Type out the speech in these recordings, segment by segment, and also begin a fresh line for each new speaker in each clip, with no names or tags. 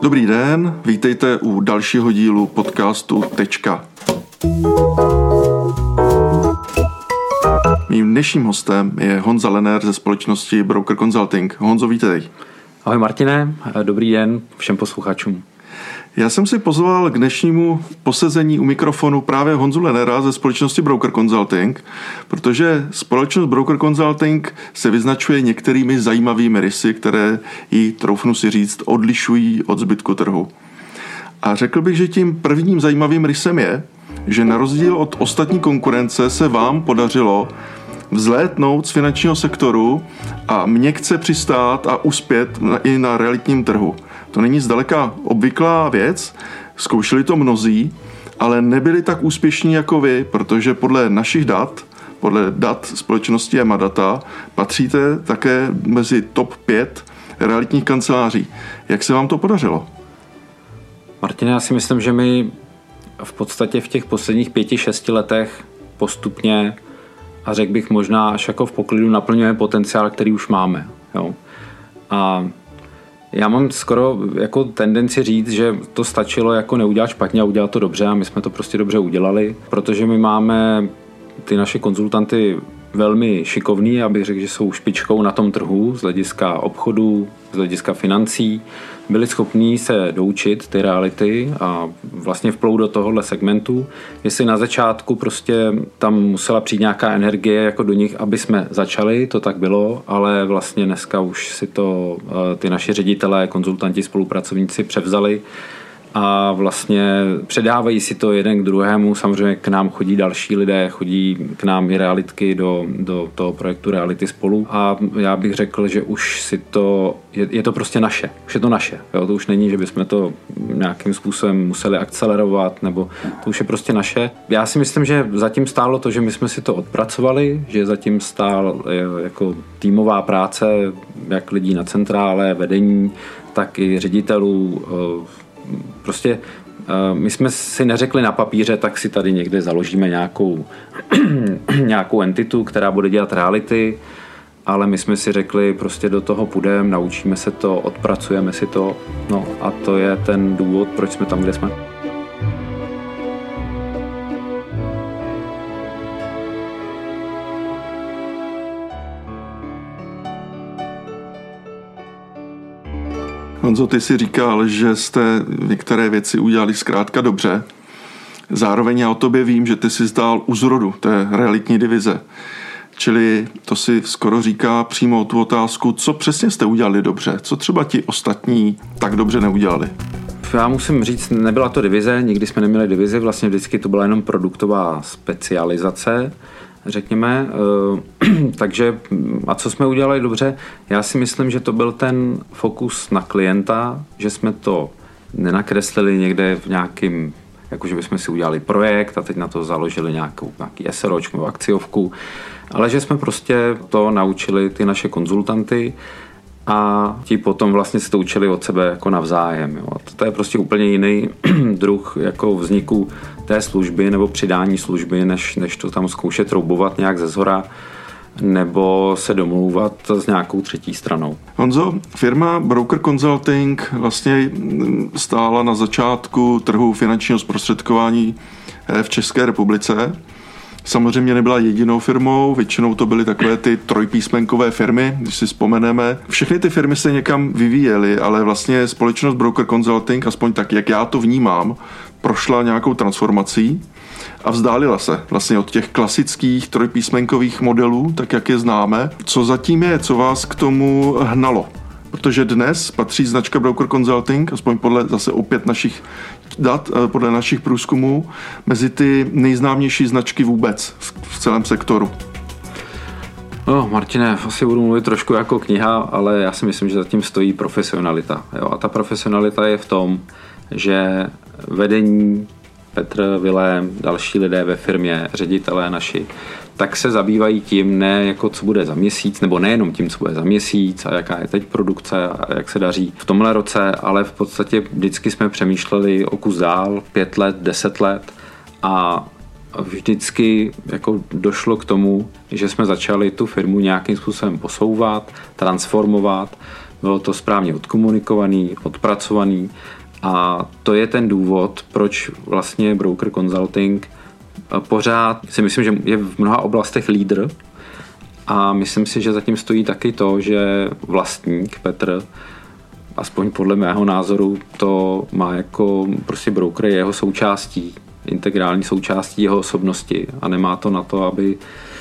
Dobrý den, vítejte u dalšího dílu podcastu Tečka. Mým dnešním hostem je Honza Lenner ze společnosti Broker Consulting. Honzo, vítej.
Ahoj Martine, dobrý den všem posluchačům.
Já jsem si pozval k dnešnímu posezení u mikrofonu právě Honzu Lennera ze společnosti Broker Consulting, protože společnost Broker Consulting se vyznačuje některými zajímavými rysy, které ji, troufnu si říct, odlišují od zbytku trhu. A řekl bych, že tím prvním zajímavým rysem je, že na rozdíl od ostatní konkurence se vám podařilo vzlétnout z finančního sektoru a měkce přistát a uspět i na realitním trhu. To není zdaleka obvyklá věc, zkoušeli to mnozí, ale nebyli tak úspěšní jako vy, protože podle našich dat, podle dat společnosti Emadata, patříte také mezi top 5 realitních kanceláří. Jak se vám to podařilo?
Martine, já si myslím, že my v podstatě v těch posledních 5-6 letech postupně a řekl bych možná až jako v poklidu naplňujeme potenciál, který už máme. Jo? A já mám skoro jako tendenci říct, že to stačilo jako neudělat špatně a udělat to dobře a my jsme to prostě dobře udělali, protože my máme ty naše konzultanty velmi šikovný, abych řekl, že jsou špičkou na tom trhu z hlediska obchodu, z hlediska financí. Byli schopní se doučit ty reality a vlastně vplout do tohohle segmentu. Jestli na začátku prostě tam musela přijít nějaká energie jako do nich, aby jsme začali, to tak bylo, ale vlastně dneska už si to ty naši ředitelé, konzultanti, spolupracovníci převzali a vlastně předávají si to jeden k druhému. Samozřejmě k nám chodí další lidé, chodí k nám i realitky do toho projektu Reality spolu a já bych řekl, že už si to, je to prostě naše, už je to naše. Jo? To už není, že bychom to nějakým způsobem museli akcelerovat, nebo to už je prostě naše. Já si myslím, že zatím stálo to, že my jsme si to odpracovali, že zatím stál jako týmová práce, jak lidí na centrále, vedení, tak i ředitelů. Prostě my jsme si neřekli na papíře, tak si tady někde založíme nějakou entitu, která bude dělat reality, ale my jsme si řekli, prostě do toho půjdeme, naučíme se to, odpracujeme si to, no a to je ten důvod, proč jsme tam, kde jsme.
Honzo, ty si říkal, že jste některé věci udělali zkrátka dobře. Zároveň já o tobě vím, že ty jsi stál u zrodu té realitní divize. Čili to si skoro říká přímo tu otázku, co přesně jste udělali dobře, co třeba ti ostatní tak dobře neudělali.
Já musím říct, nebyla to divize, nikdy jsme neměli divizi, vlastně vždycky to byla jenom produktová specializace, řekněme. Takže a co jsme udělali dobře? Já si myslím, že to byl ten fokus na klienta, že jsme to nenakreslili někde v nějakým, jakože bychom si udělali projekt a teď na to založili nějaký SROčku nebo akciovku, ale že jsme prostě to naučili ty naše konzultanty a ti potom vlastně se to učili od sebe jako navzájem. Jo. To je prostě úplně jiný druh jako vzniku té služby nebo přidání služby, než to tam zkoušet troubovat nějak ze zhora nebo se domlouvat s nějakou třetí stranou.
Honzo, firma Broker Consulting vlastně stála na začátku trhu finančního zprostředkování v České republice. Samozřejmě nebyla jedinou firmou, většinou to byly takové ty trojpísmenkové firmy, když si vzpomeneme. Všechny ty firmy se někam vyvíjely, ale vlastně společnost Broker Consulting, aspoň tak, jak já to vnímám, prošla nějakou transformací a vzdálila se vlastně od těch klasických trojpísmenkových modelů, tak jak je známe. Co zatím je, co vás k tomu hnalo? Protože dnes patří značka Broker Consulting, aspoň podle zase opět našich dat, podle našich průzkumů, mezi ty nejznámější značky vůbec v celém sektoru.
No, Martine, asi budu mluvit trošku jako kniha, ale já si myslím, že zatím stojí profesionalita. Jo? A ta profesionalita je v tom, že vedení, Petr, Vilém, další lidé ve firmě, ředitelé naši, tak se zabývají tím, ne jako co bude za měsíc, nebo nejenom tím, co bude za měsíc a jaká je teď produkce a jak se daří v tomhle roce, ale v podstatě vždycky jsme přemýšleli o kus dál, 5 let, 10 let a vždycky jako došlo k tomu, že jsme začali tu firmu nějakým způsobem posouvat, transformovat. Bylo to správně odkomunikovaný, odpracovaný a to je ten důvod, proč vlastně Broker Consulting pořád si myslím, že je v mnoha oblastech lídr a myslím si, že zatím stojí taky to, že vlastník Petr, aspoň podle mého názoru, to má jako prostě broker je jeho součástí, integrální součástí jeho osobnosti a nemá to na to, aby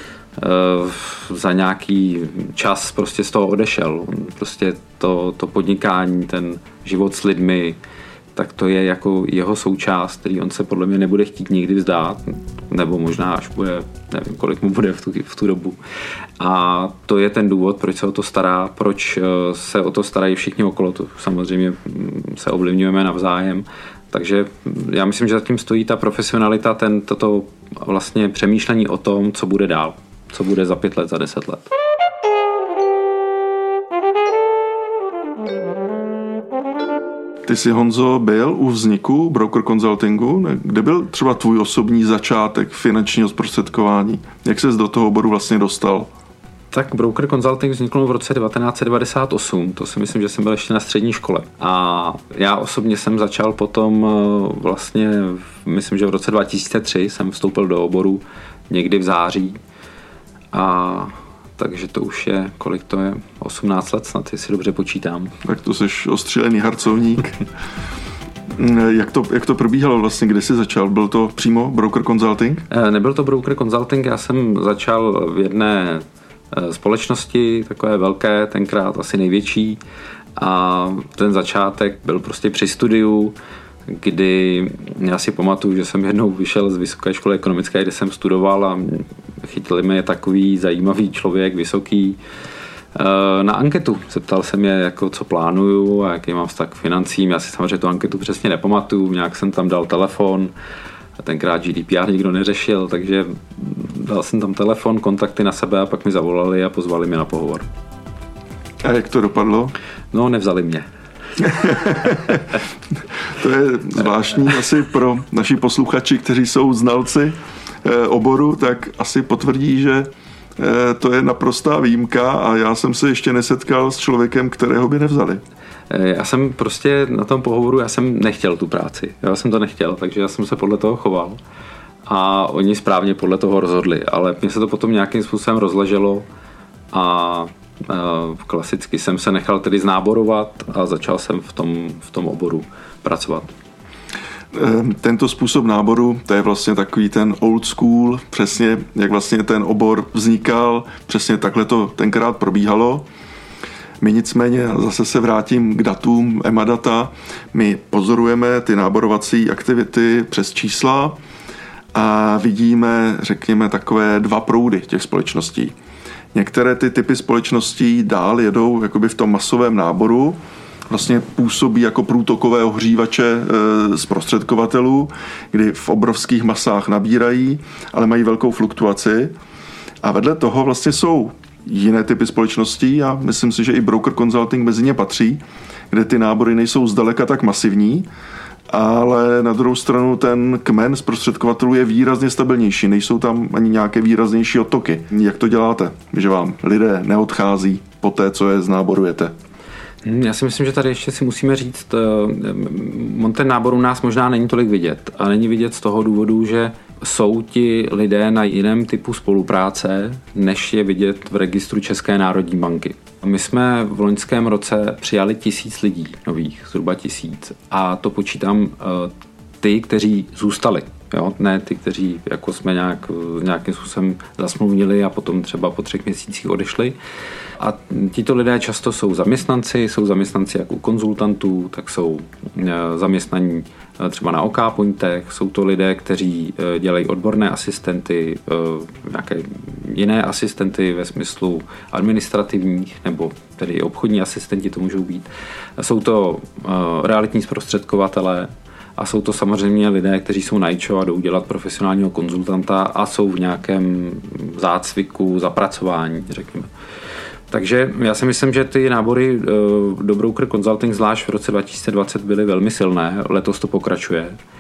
za nějaký čas prostě z toho odešel. Prostě to podnikání, ten život s lidmi, tak to je jako jeho součást, který on se podle mě nebude chtít nikdy vzdát, nebo možná až bude, nevím, kolik mu bude v tu dobu. A to je ten důvod, proč se o to stará, proč se o to starají všichni okolo. To samozřejmě se ovlivňujeme navzájem. Takže já myslím, že zatím stojí ta profesionalita, toto vlastně přemýšlení o tom, co bude dál, co bude za 5 let, za 10 let.
Ty jsi, Honzo, byl u vzniku Broker Consultingu? Kde byl třeba tvůj osobní začátek finančního zprostředkování? Jak ses do toho oboru vlastně dostal?
Tak Broker Consulting vznikl v roce 1998, to si myslím, že jsem byl ještě na střední škole. A já osobně jsem začal potom vlastně, myslím, že v roce 2003 jsem vstoupil do oboru někdy v září. A takže to už je, kolik to je, 18 let snad, jestli dobře počítám. Tak
to jsi ostřílený harcovník. Jak to probíhalo vlastně, kdy jsi začal? Byl to přímo Broker Consulting?
Nebyl to Broker Consulting, já jsem začal v jedné společnosti, takové velké, tenkrát asi největší, a ten začátek byl prostě při studiu, kdy já si pamatuju, že jsem jednou vyšel z Vysoké školy ekonomické, kde jsem studoval a chytili mě takový zajímavý člověk, vysoký, na anketu. Zeptal jsem je, jako, co plánuju a jaký mám vztah k financím. Já si samozřejmě tu anketu přesně nepamatuju, nějak jsem tam dal telefon, a tenkrát GDPR nikdo neřešil, takže dal jsem tam telefon, kontakty na sebe a pak mi zavolali a pozvali mě na pohovor.
A jak to dopadlo?
No, nevzali mě.
To je zvláštní asi pro naši posluchači, kteří jsou znalci oboru, tak asi potvrdí, že to je naprostá výjimka a já jsem se ještě nesetkal s člověkem, kterého by nevzali.
Já jsem prostě na tom pohovoru, já jsem nechtěl tu práci. Já jsem to nechtěl, takže já jsem se podle toho choval. A oni správně podle toho rozhodli. Ale mně se to potom nějakým způsobem rozleželo a klasicky jsem se nechal tedy znáborovat a začal jsem v tom oboru pracovat.
Tento způsob náboru, to je vlastně takový ten old school, přesně jak vlastně ten obor vznikal, přesně takhle to tenkrát probíhalo. My nicméně, zase se vrátím k datům EMADATA, my pozorujeme ty náborovací aktivity přes čísla a vidíme, řekněme, takové 2 proudy těch společností. Některé ty typy společností dál jedou jakoby v tom masovém náboru, vlastně působí jako průtokové ohřívače zprostředkovatelů, kdy v obrovských masách nabírají, ale mají velkou fluktuaci. A vedle toho vlastně jsou jiné typy společností a myslím si, že i Broker Consulting mezi ně patří, kde ty nábory nejsou zdaleka tak masivní, ale na druhou stranu ten kmen zprostředkovatelů je výrazně stabilnější, nejsou tam ani nějaké výraznější odtoky. Jak to děláte, že vám lidé neodchází po té, co je znáborujete?
Já si myslím, že tady ještě si musíme říct, ten nábor u nás možná není tolik vidět. A není vidět z toho důvodu, že jsou ti lidé na jiném typu spolupráce, než je vidět v registru České národní banky. My jsme v loňském roce přijali 1000 lidí nových, zhruba 1000. A to počítám ty, kteří zůstali. Jo? Ne ty, kteří jako jsme nějakým způsobem zasmluvnili a potom třeba po 3 měsících odešli. A tito lidé často jsou zaměstnanci jak u konzultantů, tak jsou zaměstnaní třeba na OK Pointech, jsou to lidé, kteří dělají odborné asistenty, nějaké jiné asistenty ve smyslu administrativních, nebo tedy i obchodní asistenti to můžou být. Jsou to realitní zprostředkovatelé a jsou to samozřejmě lidé, kteří jsou najčo a jdou dělat profesionálního konzultanta a jsou v nějakém zácviku, zapracování, řekněme. Takže já si myslím, že ty nábory do Broker Consulting zvlášť v roce 2020 byly velmi silné, letos to pokračuje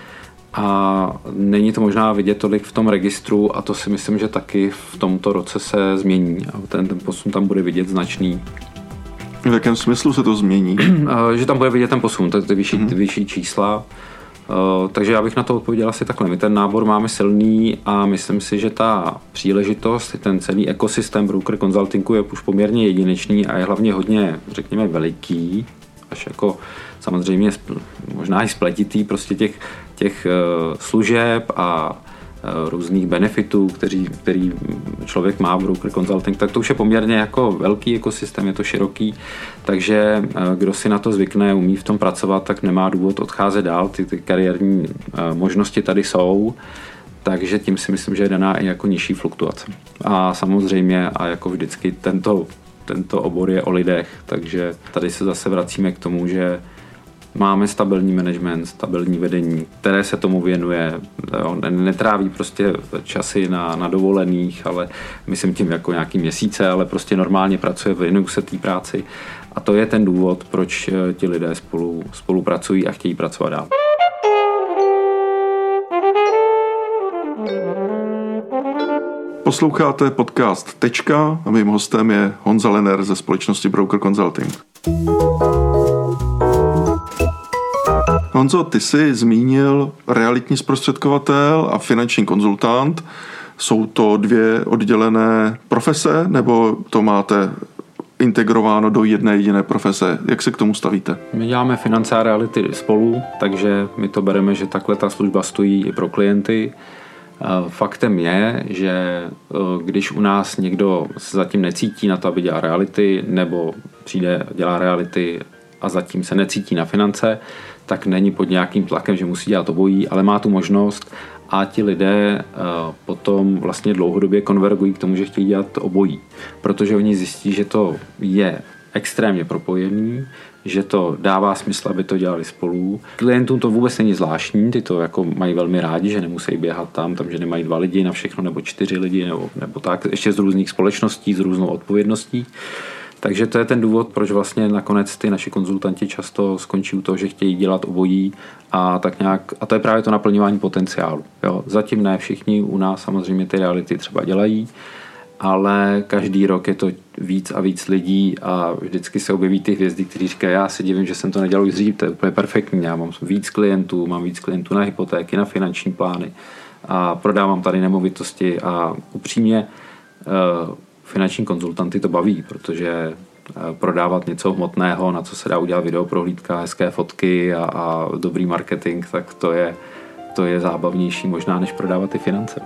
a není to možná vidět tolik v tom registru a to si myslím, že taky v tomto roce se změní a ten posun tam bude vidět značný.
V jakém smyslu se to změní?
Že tam bude vidět ten posun, ty vyšší čísla. Takže já bych na to odpověděl asi takhle. My ten nábor máme silný a myslím si, že ta příležitost, ten celý ekosystém broker consultingu je už poměrně jedinečný a je hlavně hodně, řekněme, veliký, až jako samozřejmě možná i spletitý prostě těch služeb a různých benefitů, který člověk má v broker consulting, tak to už je poměrně jako velký ekosystém, je to široký, takže kdo si na to zvykne, umí v tom pracovat, tak nemá důvod odcházet dál, ty kariérní možnosti tady jsou, takže tím si myslím, že je daná i jako nižší fluktuace. A samozřejmě, a jako vždycky, tento obor je o lidech, takže tady se zase vracíme k tomu, že máme stabilní management, stabilní vedení, které se tomu věnuje, netráví prostě časy na dovolených, ale myslím tím jako nějaký měsíce, ale prostě normálně pracuje, věnují se té práci a to je ten důvod, proč ti lidé spolupracují a chtějí pracovat dál.
Posloucháte podcast Tečka a mým hostem je Honza Lenner ze společnosti Broker Consulting. Honzo, ty jsi zmínil realitní zprostředkovatel a finanční konzultant. Jsou to dvě oddělené profese, nebo to máte integrováno do jedné jediné profese? Jak se k tomu stavíte?
My děláme finance a reality spolu, takže my to bereme, že takhle ta služba stojí i pro klienty. Faktem je, že když u nás někdo se zatím necítí na to, aby dělal reality, nebo přijde a dělá reality a zatím se necítí na finance, tak není pod nějakým tlakem, že musí dělat obojí, ale má tu možnost a ti lidé potom vlastně dlouhodobě konvergují k tomu, že chtějí dělat obojí, protože oni zjistí, že to je extrémně propojený, že to dává smysl, aby to dělali spolu. Klientům to vůbec není zvláštní, ty to jako mají velmi rádi, že nemusí běhat tam, že nemají 2 lidi na všechno, nebo 4 lidi, nebo tak, ještě z různých společností, s různou odpovědností. Takže to je ten důvod, proč vlastně nakonec ty naši konzultanti často skončí u toho, že chtějí dělat obojí a tak nějak, a to je právě to naplňování potenciálu. Jo. Zatím ne všichni u nás samozřejmě ty reality třeba dělají, ale každý rok je to víc a víc lidí a vždycky se objeví ty hvězdy, kteří říkají, já si divím, že jsem to nedělal už dřív, to je úplně perfektní, já mám víc klientů na hypotéky, na finanční plány a prodávám tady nemovitosti a upřímně finanční konzultanty to baví, protože prodávat něco hmotného, na co se dá udělat videoprohlídka, hezké fotky a dobrý marketing, tak to je zábavnější možná, než prodávat ty finance.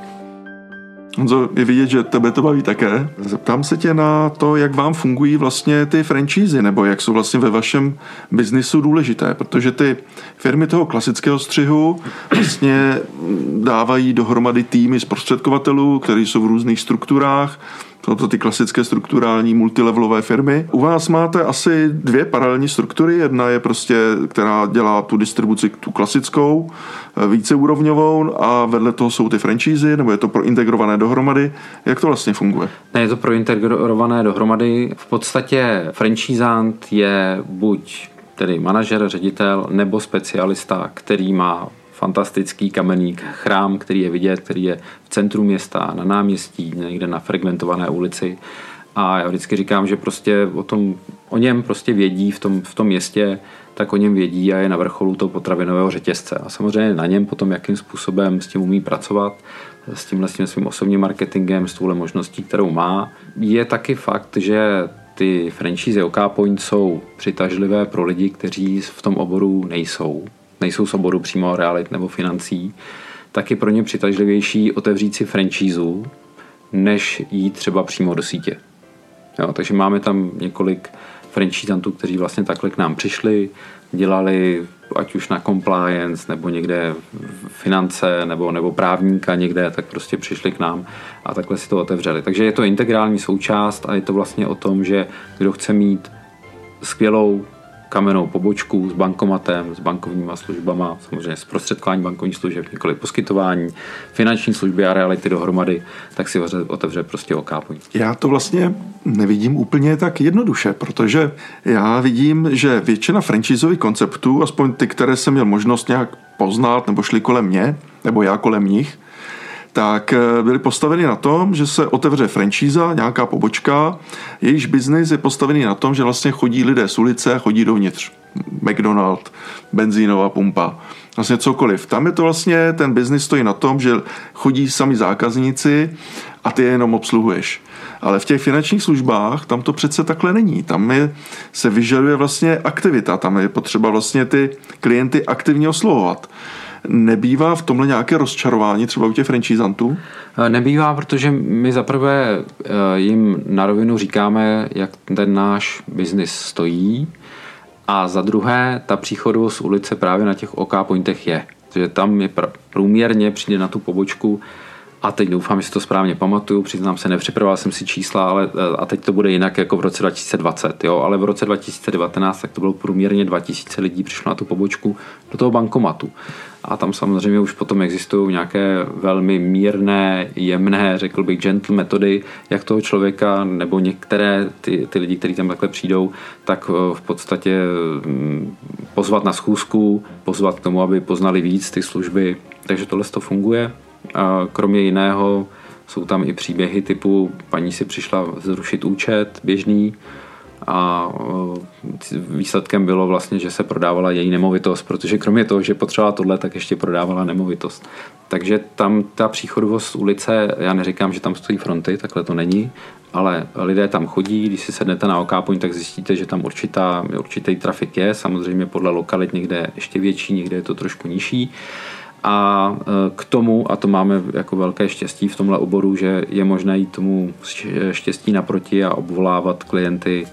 Honzo, je vidět, že tebe to baví také. Zeptám se tě na to, jak vám fungují vlastně ty franšízy, nebo jak jsou vlastně ve vašem biznisu důležité, protože ty firmy toho klasického střihu vlastně dávají dohromady týmy zprostředkovatelů, kteří jsou v různých strukturách. Jsou to ty klasické strukturální multilevelové firmy. U vás máte asi 2 paralelní struktury. Jedna je prostě, která dělá tu distribuci, tu klasickou, víceúrovňovou a vedle toho jsou ty franšízy, nebo je to prointegrované dohromady. Jak to vlastně funguje?
Ne, je to prointegrované dohromady. V podstatě franšízant je buď tedy manažer, ředitel nebo specialista, který má fantastický kamenný chrám, který je vidět, který je v centru města, na náměstí, někde na fragmentované ulici. A já vždycky říkám, že prostě o něm prostě vědí v tom městě, tak o něm vědí a je na vrcholu toho potravinového řetězce. A samozřejmě na něm potom, jakým způsobem s tím umí pracovat, s tímhle svým osobním marketingem, s touhle možností, kterou má. Je taky fakt, že ty franšízy OK Point jsou přitažlivé pro lidi, kteří v tom oboru nejsou z oboru přímo realit nebo financí, tak je pro ně přitažlivější otevřít si franšízu, než jít třeba přímo do sítě. Jo, takže máme tam několik franšízantů, kteří vlastně takhle k nám přišli, dělali ať už na compliance, nebo někde finance, nebo právníka někde, tak prostě přišli k nám a takhle si to otevřeli. Takže je to integrální součást a je to vlastně o tom, že kdo chce mít skvělou kamennou pobočku s bankomatem, s bankovníma službama, samozřejmě zprostředkování bankovních služeb, několik poskytování, finanční služby a reality dohromady, tak si otevře prostě OK-Point.
Já to vlastně nevidím úplně tak jednoduše, protože já vidím, že většina franchiseových konceptů, aspoň ty, které jsem měl možnost nějak poznat nebo šli kolem mě, nebo já kolem nich, tak byly postaveny na tom, že se otevře franšíza, nějaká pobočka, jejíž biznis je postavený na tom, že vlastně chodí lidé z ulice a chodí dovnitř. McDonald, benzínová pumpa, vlastně cokoliv. Tam je to vlastně, ten biznis stojí na tom, že chodí sami zákazníci a ty je jenom obsluhuješ. Ale v těch finančních službách tam to přece takhle není. Tam se vyžaduje vlastně aktivita, tam je potřeba vlastně ty klienty aktivně oslovovat. Nebývá v tomhle nějaké rozčarování třeba u těch franchisantů?
Nebývá, protože my zaprvé jim na rovinu říkáme, jak ten náš biznis stojí, a za druhé ta příchodovost z ulice právě na těch OK-Pointech je. Takže tam je průměrně přijde na tu pobočku, a teď doufám, že si to správně pamatuju, přiznám se, nepřipravoval jsem si čísla, ale a teď to bude jinak jako v roce 2020, jo, ale v roce 2019 tak to bylo průměrně 2000 lidí přišlo na tu pobočku do toho bankomatu. A tam samozřejmě už potom existují nějaké velmi mírné, jemné, řekl bych, gentle metody, jak toho člověka nebo některé ty lidi, kteří tam takhle přijdou, tak v podstatě pozvat na schůzku, pozvat k tomu, aby poznali víc ty služby. Takže tohle to funguje. A kromě jiného jsou tam i příběhy typu paní si přišla zrušit účet běžný a výsledkem bylo vlastně, že se prodávala její nemovitost, protože kromě toho, že potřebovala tohle, tak ještě prodávala nemovitost. Takže tam ta příchodovost z ulice, já neříkám, že tam stojí fronty, takhle to není, ale lidé tam chodí, když si sednete na OK-Point, tak zjistíte, že tam určitý trafik je, samozřejmě podle lokalit někde ještě větší, někde je to trošku nižší. A k tomu, a to máme jako velké štěstí v tomhle oboru, že je možné jít tomu štěstí naproti a obvolávat klienty,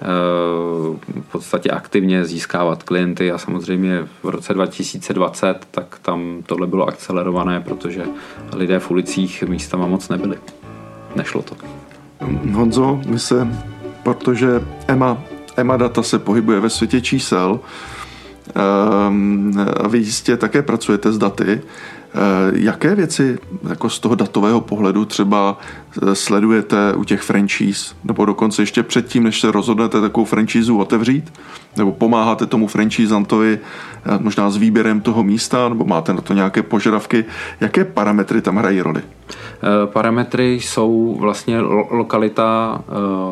v podstatě aktivně získávat klienty, a samozřejmě v roce 2020 tak tam tohle bylo akcelerované, protože lidé v ulicích místama moc nebyli. Nešlo to.
Honzo, protože EMA data se pohybuje ve světě čísel, a vy jistě také pracujete s daty. Jaké věci jako z toho datového pohledu třeba sledujete u těch franchise, nebo dokonce ještě předtím, než se rozhodnete takovou franchízu otevřít, nebo pomáháte tomu franchisantovi možná s výběrem toho místa, nebo máte na to nějaké požadavky? Jaké parametry tam hrají roli?
Parametry jsou vlastně lokalita,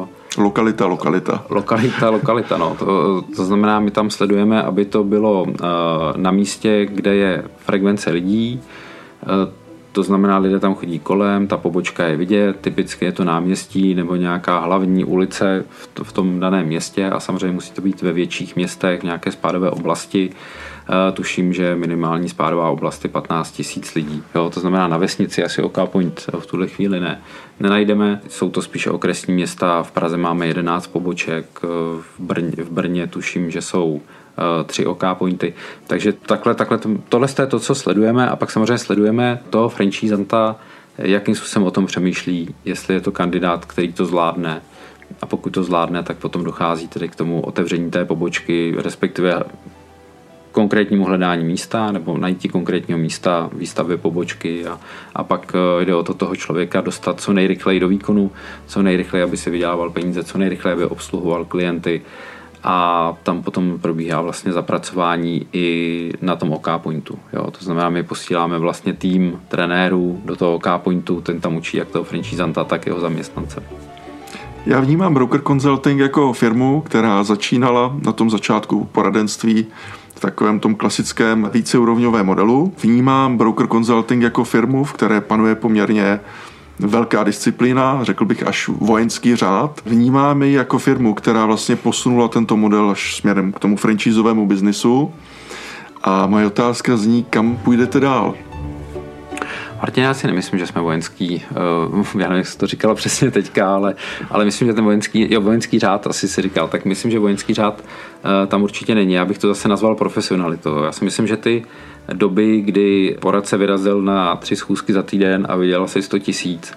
no. To znamená, my tam sledujeme, aby to bylo na místě, kde je frekvence lidí, to znamená, lidé tam chodí kolem, ta pobočka je vidět, typicky je to náměstí nebo nějaká hlavní ulice v tom daném městě, a samozřejmě musí to být ve větších městech, v nějaké spádové oblasti. Tuším, že minimální spádová oblast je 15 000 lidí. Jo, to znamená, na vesnici asi OK-Point v tuhle chvíli nenajdeme. Jsou to spíše okresní města. V Praze máme 11 poboček, v Brně tuším, že jsou 3 OK-Pointy. Takže tohle je to, co sledujeme, a pak samozřejmě sledujeme toho franchisanta, jakým způsobem o tom přemýšlí, jestli je to kandidát, který to zvládne. A pokud to zvládne, tak potom dochází tedy k tomu otevření té pobočky, respektive konkrétnímu hledání místa nebo najít konkrétního místa, výstavbě pobočky, a pak jde o to toho člověka dostat co nejrychleji do výkonu, co nejrychleji, aby si vydělával peníze, co nejrychleji, aby obsluhoval klienty, a tam potom probíhá vlastně zapracování i na tom OK-Pointu. Jo, to znamená, my posíláme vlastně tým trenérů do toho OK-Pointu, ten tam učí jak toho franchisanta, tak jeho zaměstnance.
Já vnímám Broker Consulting jako firmu, která začínala na tom začátku poradenství v takovém tom klasickém víceúrovňovém modelu. Vnímám Broker Consulting jako firmu, v které panuje poměrně velká disciplína, řekl bych až vojenský řád. Vnímám ji jako firmu, která vlastně posunula tento model až směrem k tomu franchisovému biznisu. A moje otázka zní, kam půjdete dál?
Martin, já si nemyslím, že jsme vojenský, já nevím, jak jsi to říkala přesně teďka, ale myslím, že ten vojenský řád, asi si říkal, tak myslím, že vojenský řád tam určitě není. Já bych to zase nazval profesionalitou. Já si myslím, že ty doby, kdy poradce vyrazil na 3 schůzky za týden a vydělal si 100 000,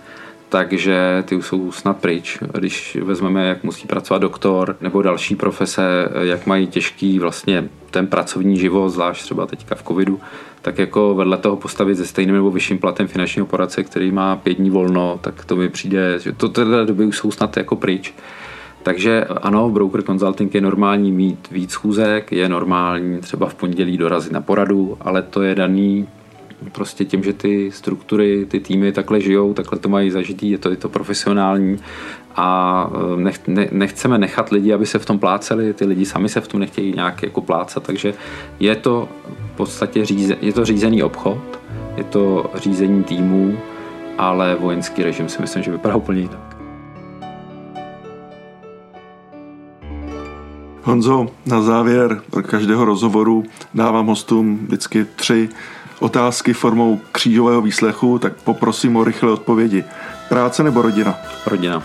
takže ty už jsou snad pryč. Když vezmeme, jak musí pracovat doktor nebo další profese, jak mají těžký vlastně ten pracovní život, zvlášť třeba teďka v covidu, tak jako vedle toho postavit se stejným nebo vyšším platem finančního poradce, který má 5 dní volno, tak to mi přijde, že to téhle doby už jsou snad jako pryč. Takže ano, v Broker Consulting je normální mít víc schůzek, je normální třeba v pondělí dorazit na poradu, ale to je daný prostě tím, že ty struktury, ty týmy takhle žijou, takhle to mají zažitý, je to profesionální a nechceme nechat lidi, aby se v tom pláceli, ty lidi sami se v tom nechtějí nějak jako plácat, takže je to v podstatě je to řízený obchod, je to řízení týmů, ale vojenský režim si myslím, že vypadá úplně jinak.
Honzo, na závěr každého rozhovoru dávám hostům vždycky 3 otázky formou křížového výslechu, tak poprosím o rychlé odpovědi. Práce nebo rodina?
Rodina.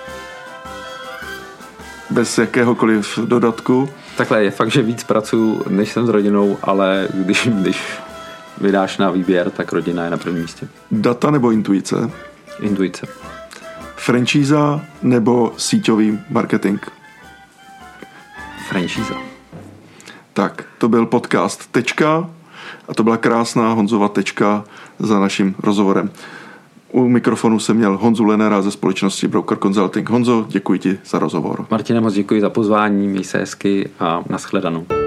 Bez jakéhokoliv dodatku?
Takhle je fakt, že víc pracuji, než jsem s rodinou, ale když vydáš na výběr, tak rodina je na prvním místě.
Data nebo intuice?
Intuice.
Franšíza nebo síťový marketing?
Franšíza.
Tak, to byl podcast Tečka a to byla krásná Honzova tečka za naším rozhovorem. U mikrofonu jsem měl Honzu Lennera ze společnosti Broker Consulting. Honzo, děkuji ti za rozhovor.
Martine, moc děkuji za pozvání, měj se hezky a nashledanou.